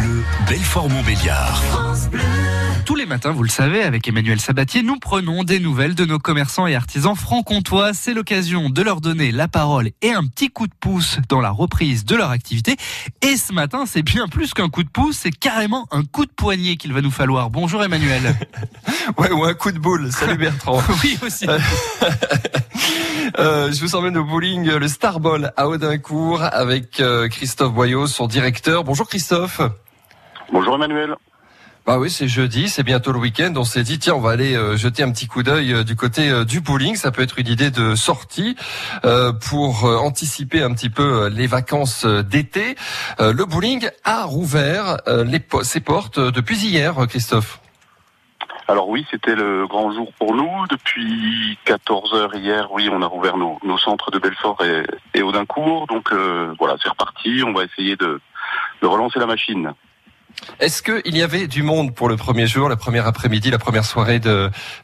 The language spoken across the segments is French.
Bleu, Belfort-Montbéliard. Tous les matins, vous le savez, avec Emmanuel Sabatier, nous prenons des nouvelles de nos commerçants et artisans franc-comtois. C'est l'occasion de leur donner la parole et un petit coup de pouce dans la reprise de leur activité. Et ce matin, c'est bien plus qu'un coup de pouce, c'est carrément un coup de poignet qu'il va nous falloir. Bonjour Emmanuel. Ouais, ou un coup de boule. Salut Bertrand. Oui, aussi. Je vous emmène au bowling, le Starball à Audincourt avec Christophe Boyot, son directeur. Bonjour Christophe. Bonjour Emmanuel. Bah oui, c'est jeudi, c'est bientôt le week-end. On s'est dit, tiens, on va aller jeter un petit coup d'œil du côté du bowling. Ça peut être une idée de sortie pour anticiper un petit peu les vacances d'été. Le bowling a rouvert ses portes depuis hier, Christophe. Alors oui, c'était le grand jour pour nous. Depuis 14h hier, oui, on a rouvert nos centres de Belfort et Audincourt. Donc voilà, c'est reparti. On va essayer de relancer la machine. Est-ce qu'il y avait du monde pour le premier jour, la première après-midi, la première soirée d'ouverture ?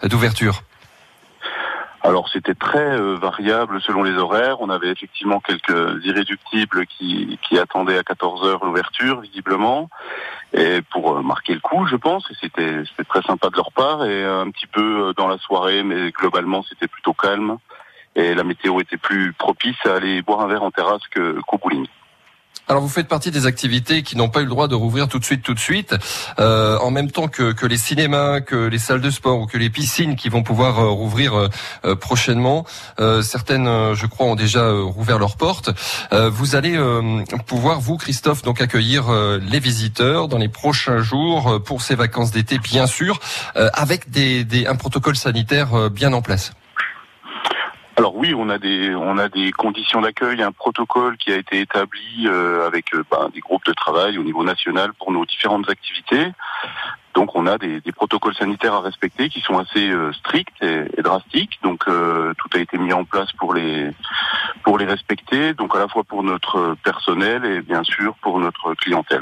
Alors c'était très variable selon les horaires. On avait effectivement quelques irréductibles qui attendaient à 14h l'ouverture, visiblement, et pour marquer le coup, je pense. Et c'était très sympa de leur part. Et un petit peu dans la soirée, mais globalement c'était plutôt calme. Et la météo était plus propice à aller boire un verre en terrasse qu'au bowling. Alors vous faites partie des activités qui n'ont pas eu le droit de rouvrir tout de suite, en même temps que les cinémas, que les salles de sport ou que les piscines qui vont pouvoir rouvrir prochainement. Certaines, je crois, ont déjà rouvert leurs portes. Vous allez pouvoir, vous Christophe, donc accueillir les visiteurs dans les prochains jours pour ces vacances d'été, bien sûr, avec un protocole sanitaire bien en place. Alors oui, on a des conditions d'accueil, un protocole qui a été établi avec des groupes de travail au niveau national pour nos différentes activités. Donc on a des protocoles sanitaires à respecter qui sont assez stricts et drastiques. Donc tout a été mis en place pour les respecter. Donc à la fois pour notre personnel et bien sûr pour notre clientèle.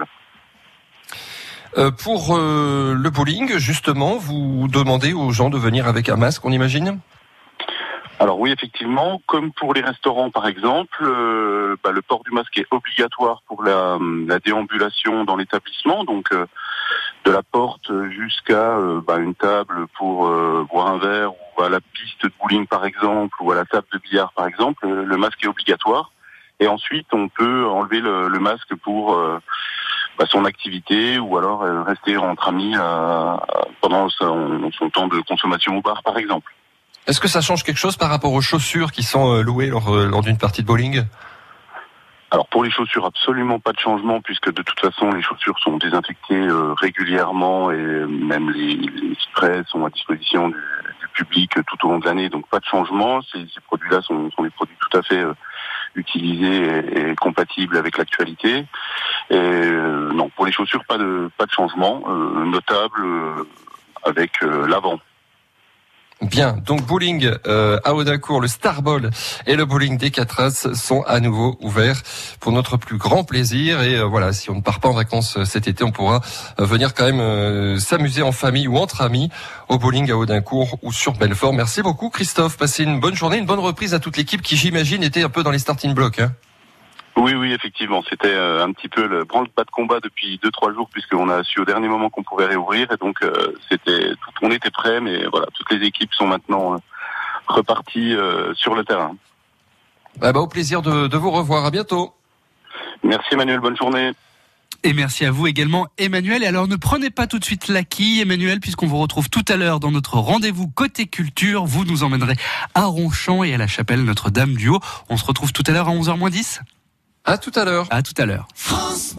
Pour le bowling, justement, vous demandez aux gens de venir avec un masque, on imagine ? Alors oui, effectivement, comme pour les restaurants par exemple, le port du masque est obligatoire pour la déambulation dans l'établissement, donc de la porte jusqu'à une table pour boire un verre, ou à la piste de bowling par exemple, ou à la table de billard par exemple, le masque est obligatoire. Et ensuite, on peut enlever le masque pour son activité, ou alors rester entre amis pendant son temps de consommation au bar par exemple. Est-ce que ça change quelque chose par rapport aux chaussures qui sont louées lors d'une partie de bowling ? Alors pour les chaussures, absolument pas de changement, puisque de toute façon les chaussures sont désinfectées régulièrement, et même les sprays sont à disposition du public tout au long de l'année, donc pas de changement. Ces produits-là sont des produits tout à fait utilisés et compatibles avec l'actualité. Et non, pour les chaussures, pas de changement notable avec l'avant. Bien, donc bowling à Audincourt, le Starball et le bowling des Quatre-As sont à nouveau ouverts pour notre plus grand plaisir. Et voilà, si on ne part pas en vacances cet été, on pourra venir quand même s'amuser en famille ou entre amis au bowling à Audincourt ou sur Belfort. Merci beaucoup Christophe, passez une bonne journée, une bonne reprise à toute l'équipe qui, j'imagine, était un peu dans les starting blocks. Oui, effectivement, c'était un petit peu le branle-bas de combat depuis 2-3 jours, puisqu'on a su au dernier moment qu'on pouvait réouvrir, et donc on était prêts, mais voilà, toutes les équipes sont maintenant reparties sur le terrain. Au plaisir de vous revoir, à bientôt. Merci Emmanuel, bonne journée. Et merci à vous également Emmanuel. Et alors ne prenez pas tout de suite la quille Emmanuel, puisqu'on vous retrouve tout à l'heure dans notre rendez-vous côté culture. Vous nous emmènerez à Ronchamp et à la chapelle Notre-Dame du Haut. On se retrouve tout à l'heure à 11h moins 10. À tout à l'heure. À tout à l'heure.